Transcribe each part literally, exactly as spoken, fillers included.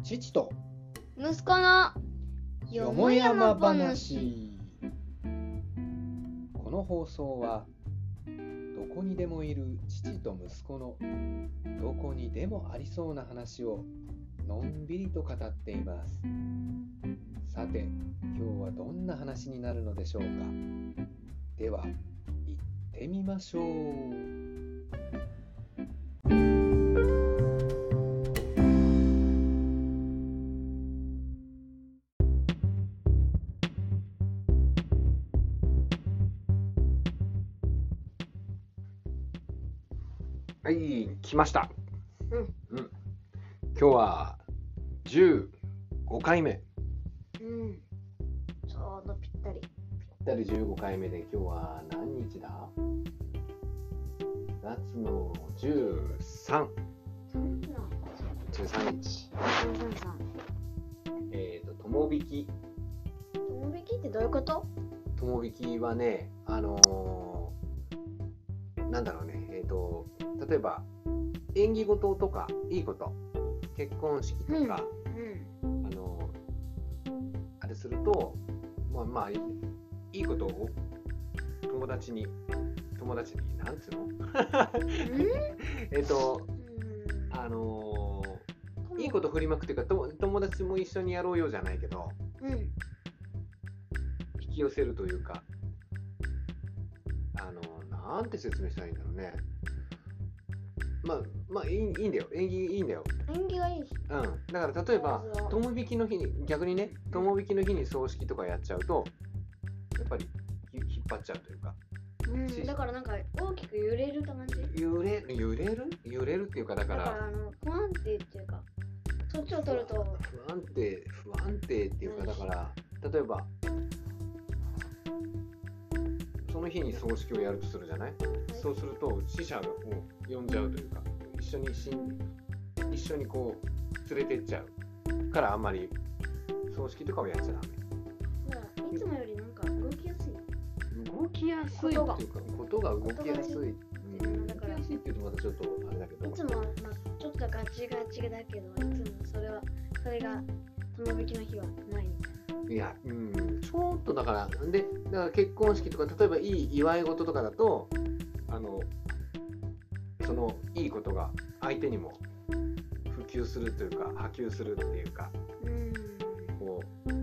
父と息子のよもやま話。この放送はどこにでもいる父と息子のどこにでもありそうな話をのんびりと語っています。さて、今日はどんな話になるのでしょうか。では行ってみましょう。はい、来ました。 うん、 うん、今日はじゅうごかいめ。 うん、ちょうどぴったり。 ぴったりじゅうごかいめで、今日は何日だ？がつのじゅうさん。じゅうさんにち。えっと、友引き。 友引きってどういうこと？ 友引きはね、あのー、なんだろうね、えっと、例えば縁起事とかいいこと、結婚式とか、 うん、 あのー、あれすると、まあまあいいことを友達に友達になんつうの？えっと、あのー、いいこと振りまくっていうか、と友達も一緒にやろうよじゃないけど、 うん、 引き寄せるというか、あのなんて説明したらいいんだろうね。まあまあいい、いいんだよ。縁起いいんだよ。 縁起がいいし。 うん。だから例えば友引きの日に、逆にね、友引きの日に葬式とかやっちゃうと、やっぱり引っ張っちゃうというか。 うん、だからなんか大きく揺れる感じ。 揺れ揺れる揺れるっていうか、だから。 だからあの不安定っていうか、そっちを取ると不安定不安定っていうか、だから例えばその日に葬式をやるとするじゃない、はい、そうすると死者を呼んじゃうというか、一緒に死ん一緒にこう連れてっちゃうから、あんまり葬式とかをやっちゃダメ。 だからいつもよりなんか動きやすい動きやすいっていうか、ことが動きやすい、うん、だから動きやすいっていうとまたちょっとあれだけど、 いつもは、まあ、ちょっとガチガチだけど、いつもそれはそれが友引きの日はないみたいな。 いや、うん、ちょっとだからで、だから結婚式とか、例えばいい祝い事とかだと、あのそのいいことが相手にも普及するというか、波及するっていうか、うん、こ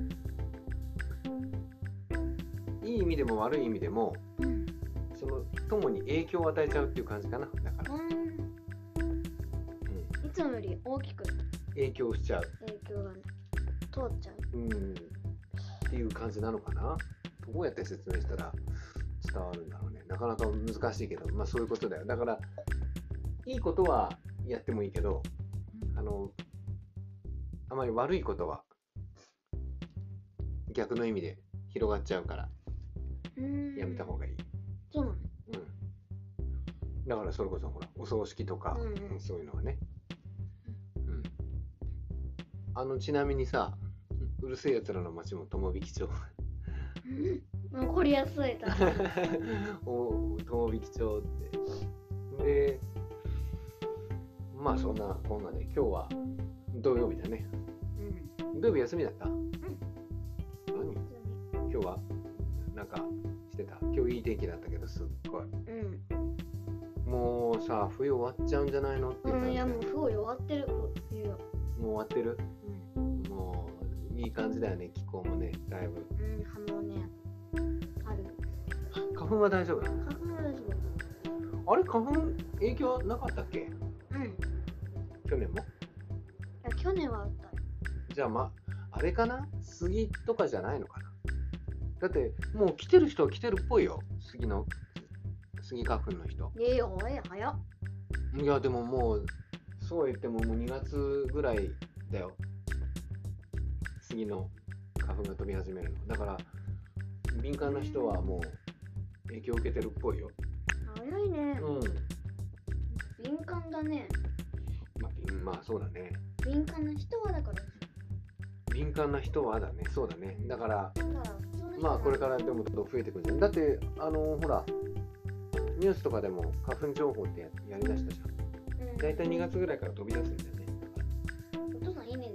ういい意味でも悪い意味でも、うん、その友に影響を与えちゃうっていう感じかな。だから、うんうん、 いつもより大きく影響しちゃう、 影響が通っちゃう、 うんっていう感じなのかな。どうやって説明したら伝わるんだろうね。なかなか難しいけど、まあそういうことだよ。だからいいことはやってもいいけど、あのあまり悪いことは逆の意味で広がっちゃうから、やめた方がいい。 そうなの？ うん。だからそれこそほらお葬式とか、うんうん、そういうのはね。うん。あのちなみにさ、うるせえやつらの町も友引町。 残りやすいだ。 お友引町って。で、まあそんなこんなで今日は土曜日だね。うん、土曜日休みだった？うん。何？今日はなんかしてた？今日いい天気だったけどすっごい。うん。もうさ、冬終わっちゃうんじゃないのっていう感じ。 うん、いやもう冬終わってる。冬。もう終わってる？うん。もういい感じだよね、気候もね、だいぶ。 うん、葉もね、ある。 花粉は大丈夫？ 花粉は大丈夫。あれ、花粉影響なかったっけ？ うん。 去年も？いや、去年はあった。 じゃあまあ、あれかな？杉とかじゃないのかな？だってもう来てる人は来てるっぽいよ、杉の杉花粉の人。 ええよ、ええ、早っ。 いやでももうそう言ってももうにがつぐらいだよ、杉の花粉が飛び始めるのだから、敏感な人はもう影響を受けてるっぽいよ。 早いね。 うん。 敏感だね。 まあ、まあそうだね。 敏感な人はだから。 敏感な人はだね、そうだね。だから、まあこれからでも増えてくるんじゃん。だってあのほらニュースとかでも花粉情報ってや、やりだしたじゃん。だいたいにがつぐらいから飛び出すんだよね。 お父さんいいね。 お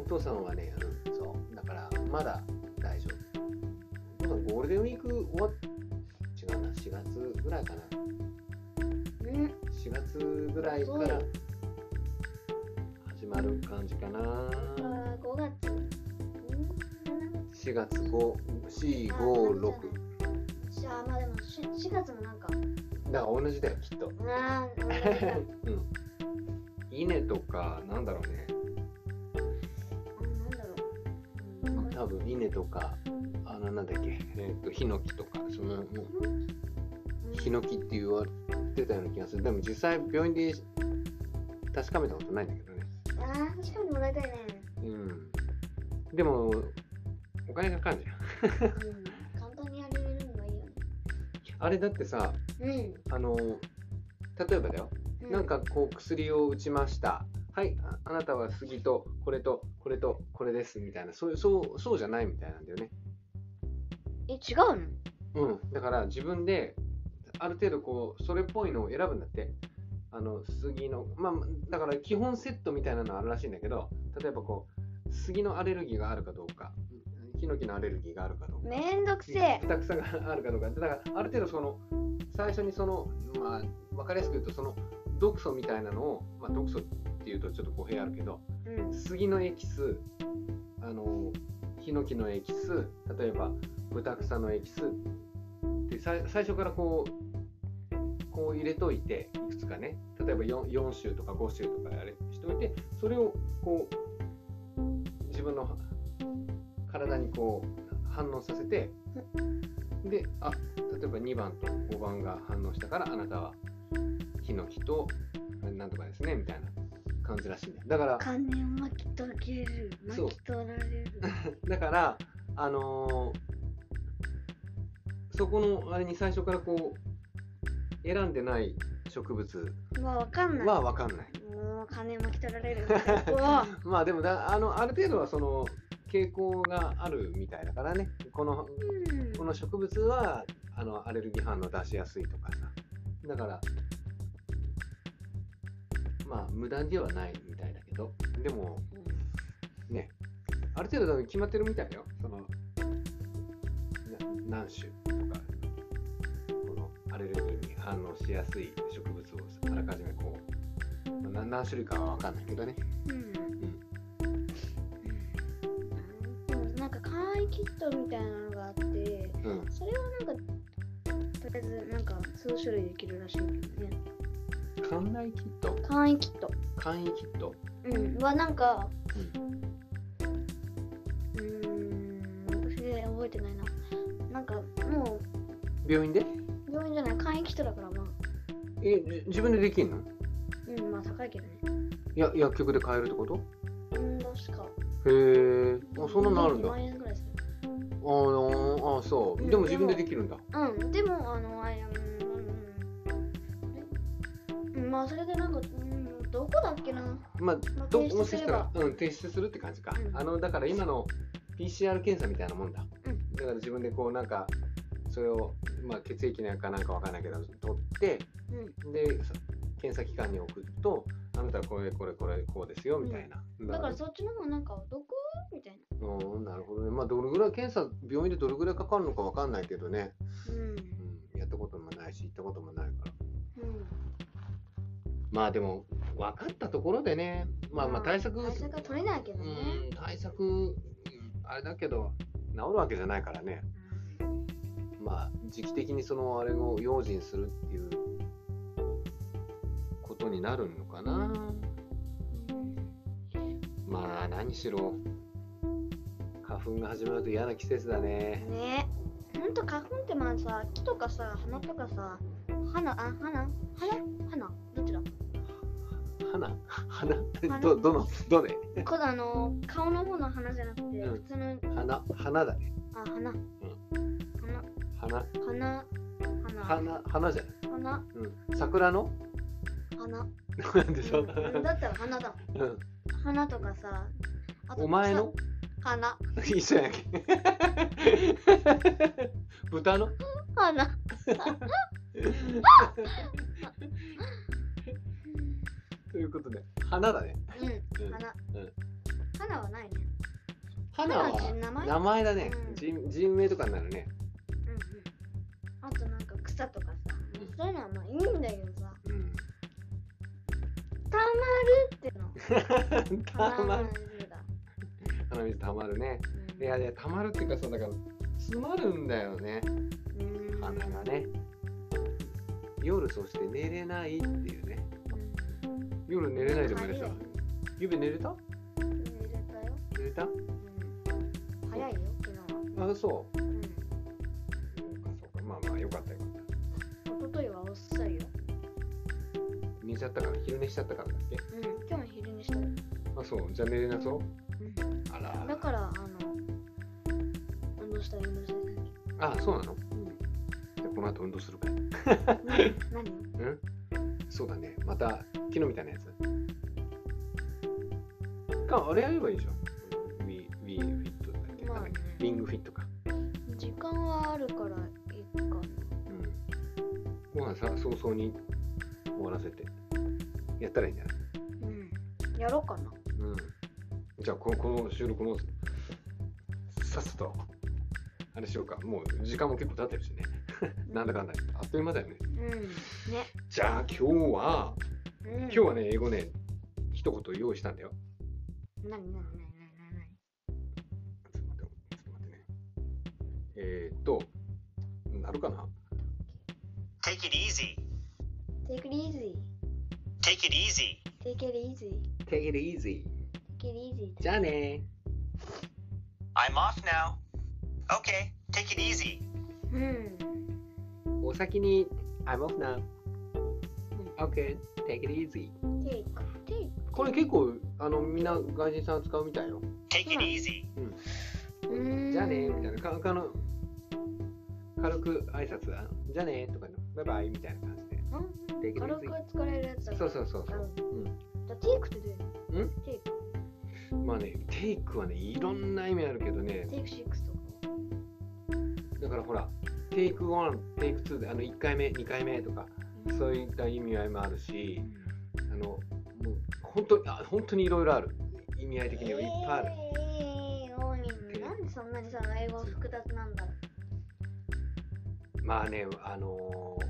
父さんはね、うん、そうだからまだ大丈夫。ゴールデンウィーク終わっ違うな、しがつぐらいかな。 うん。 しがつぐらいから始まる感じかな。 あごがつ。 しがつご、し、ご、ろく。 じゃあまあでもしがつもなんか。 だから同じだよきっと。 ああ、同じだ。 うん。稲とかなんだろうね。 なんだろう。 うん、多分稲とかあのなんだっけ、えっとヒノキとかそのヒノキって言われてたような気がする。でも実際病院で確かめたことないんだけどね。 ああ、確かめてもらいたいね。 うん。でもお金かかるじゃん。 うん。簡単にやれるのがいいよね。 あれだってさ、 うん。 あの例えばだよ、うん、なんかこう薬を打ちました。はい、あ、あなたは杉とこれとこれとこれですみたいな、そうそうそうじゃないみたいなんだよね。 え、違うの？うん。だから自分である程度こうそれっぽいのを選ぶんだって。あの杉のまあだから基本セットみたいなのあるらしいんだけど、例えばこう杉のアレルギーがあるかどうか、ヒノキのアレルギーがあるかどうか、 めんどくせえ。 ブタクサがあるかどうか、だからある程度その最初にそのまあ分かりやすく言うとその毒素みたいなのを、まあ、毒素っていうとちょっと語弊あるけど、うん、杉のエキス、あのヒノキのエキス、例えばブタクサのエキスで最初からこうこう入れといて、いくつかね、例えば 4, よん種とかご種とかあれしておいて、それをこう自分の体にこう反応させて、で、あ、例えばにばんとごばんが反応したからあなたはヒノキとなんとかですねみたいな感じらしいんだよ。だから金を巻き取れる、巻き取られる。 だからあのー、そこのあれに最初からこう選んでない植物は分かんない。 は分かんない。 もう金巻き取られる。 まあでもだ あのある程度はその傾向があるみたいだからね。この、うん、この植物はあのアレルギー反応出しやすいとかさ。だからまあ無駄ではないみたいだけど、でも、うん、ね、ある程度決まってるみたいだよ。その何種とか。アレルギーに反応しやすい植物をあらかじめこう何種類かは分かんないけどね。 うんうん、なんか簡易キットみたいなのがあって、うん、それはなんかとりあえずなんか数種類できるらしいけどね。 簡易キット？ 簡易キット。 簡易キット。 うんはなんか、うん、うーん、私で覚えてないな。なんかもう病院で？ 病院じゃない、簡易キットだからまあ。 え、自分でできんの？ うん、まあ高いけどね。 いや、薬局で買えるってこと？ うん、確か。 へえ、あ、そんなのあるんだ。 にまんえんぐらいする。 あーあ、そう、うん。でも自分でできるんだ。 うん、でもあの、あれ、うん、まあそれでなんか、うん、どこだっけな。 まあ、どもしかしたら、うん、提出するって感じか。うん、あの、だから今の ピーシーアール 検査みたいなもんだ。うん、だから自分でこうなんか、それを、まあ、血液なんかなんかわかんないけど取って、うん、で検査機関に送ると、あなたはこれこれこれこうですよみたいな、 うん、だからそっちの方がなんかお得みたいな。 うん、なるほどね。まあどれぐらい検査病院でどれぐらいかかるのかわかんないけどね、うんうん、やったこともないし行ったこともないから、うん、まあでも分かったところでね、まあまあ対策、 対策は取れないけどね、 うん、対策あれだけど治るわけじゃないからね。まあ、時期的にそのあれを用心するっていうことになるのかな。まあ何しろ花粉が始まると嫌な季節だね。 ねえ、ほんと花粉ってまあさ、木とかさ、花とかさ、花、あ、花花花どっちだ？ 花花ど、どの、どれ？ このあの、顔の方の花じゃなくて、うん、普通の花、花だね。 あ、花。うん。 花花花花花じゃない花、 うん、桜の花でしょ、うん、 だったら花だ、うん、花とかさ、 あとお前の花一緒やんけ豚の花ということで花だね。 うん、花、うん、花はないね。 花は名前名前だね、 うん、 人, 人名とかになるね。 うんうん。あとなんか草とかさ、うん、そういうのはまあいいんだけどさ、うん、たまるってのたまる鼻水たまるね、うん、いやいやたまるっていうかそうだから詰まるんだよね、うん、鼻がね。夜そして寝れないっていうね、うん、夜寝れないでもいいでしょ。ゆべ寝れた？ 寝れたよ。 寝れた？うん、 早いよ昨日は。 あ、そう。うん。そうかそうか、まあまあよかったよかった。 一昨日は遅いよ。 寝ちゃったから、昼寝しちゃったからだっけ？ うん、今日も昼寝したよ。 あ、そう、じゃあ寝れなそう？うん。あら。 だからあの運動したい運動したい。 あ、そうなの？うん。じゃあこの後運動するかい。 何？ うん？そうだね。また昨日みたいなやつ。かあれやればいいじゃん。ウィウィフィットだっけ？まあね、ウィングフィットか。 時間はあるからいいかな。 うん。ご飯さ早々に終わらせてやったらいいんじゃない？ うん。やろうかな。 うん。じゃあこのこの収録もさっさとあれしようか。もう時間も結構経ってるしね。なんだかんだあっという間だよね。 うん。ね。 じゃあ今日は、うん、今日はね英語ね一言用意したんだよ。 なになになになになに。 ちょっと待って、ちょっと待ってね。えーっと、なるかな？ Take it easy. Take it easy. Take it easy. Take it easy. Take it easy. Take it easy. じゃあね。 I'm off now. Okay, take it easy. うん。 お先に I'm off now. Okay, take it easy. Take, take. これ結構あのみんな外人さん使うみたいよ。 Take it easy. うん。じゃあねみたいなかかの軽く挨拶だ。じゃあねとかのバイバイみたいな感じで。 うん、軽く使えるやつだ。 そうそうそうそう。 うん。じゃあテイクってどういうの？うん？テイク。 まあねテイクはねいろんな意味あるけどね。 テイクシックスとか。 だからほらテイクワン、テイクツーであのいっかいめ、にかいめとか、うん、そういった意味合いもあるし、うん、あのもう本当にあ本当にいろいろある意味合い的にはいっぱいある。 えー、なんでそんなにさ英語複雑なんだろう。まあねあの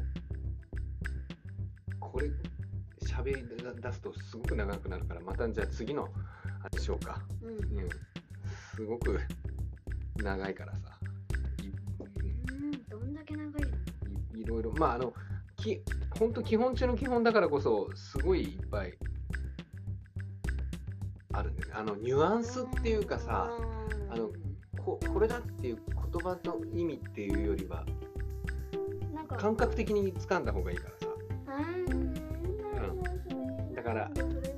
ー、これ喋り出すとすごく長くなるからまたじゃあ次のあれでしょうか。うん、うん、すごく長いからさ。いろいろまああのき本当基本中の基本だからこそすごいいっぱいあるんだよね。あのニュアンスっていうかさあの こ, これだっていう言葉の意味っていうよりはなんか感覚的に掴んだ方がいいからさ、うん、だから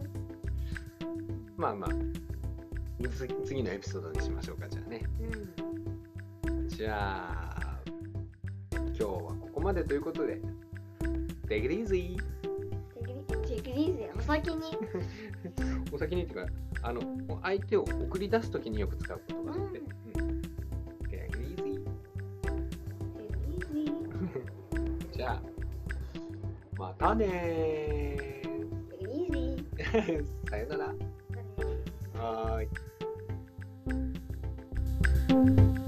まあまあ次のエピソードにしましょうかじゃあね、うん、じゃあ今日はここまでということで Take it easy Take it easy お先にお先にっていうかあの相手を送り出すときによく使う言葉って、うんうん、Take it easy Take it easy じゃあまたねー Take it easy さよならはーい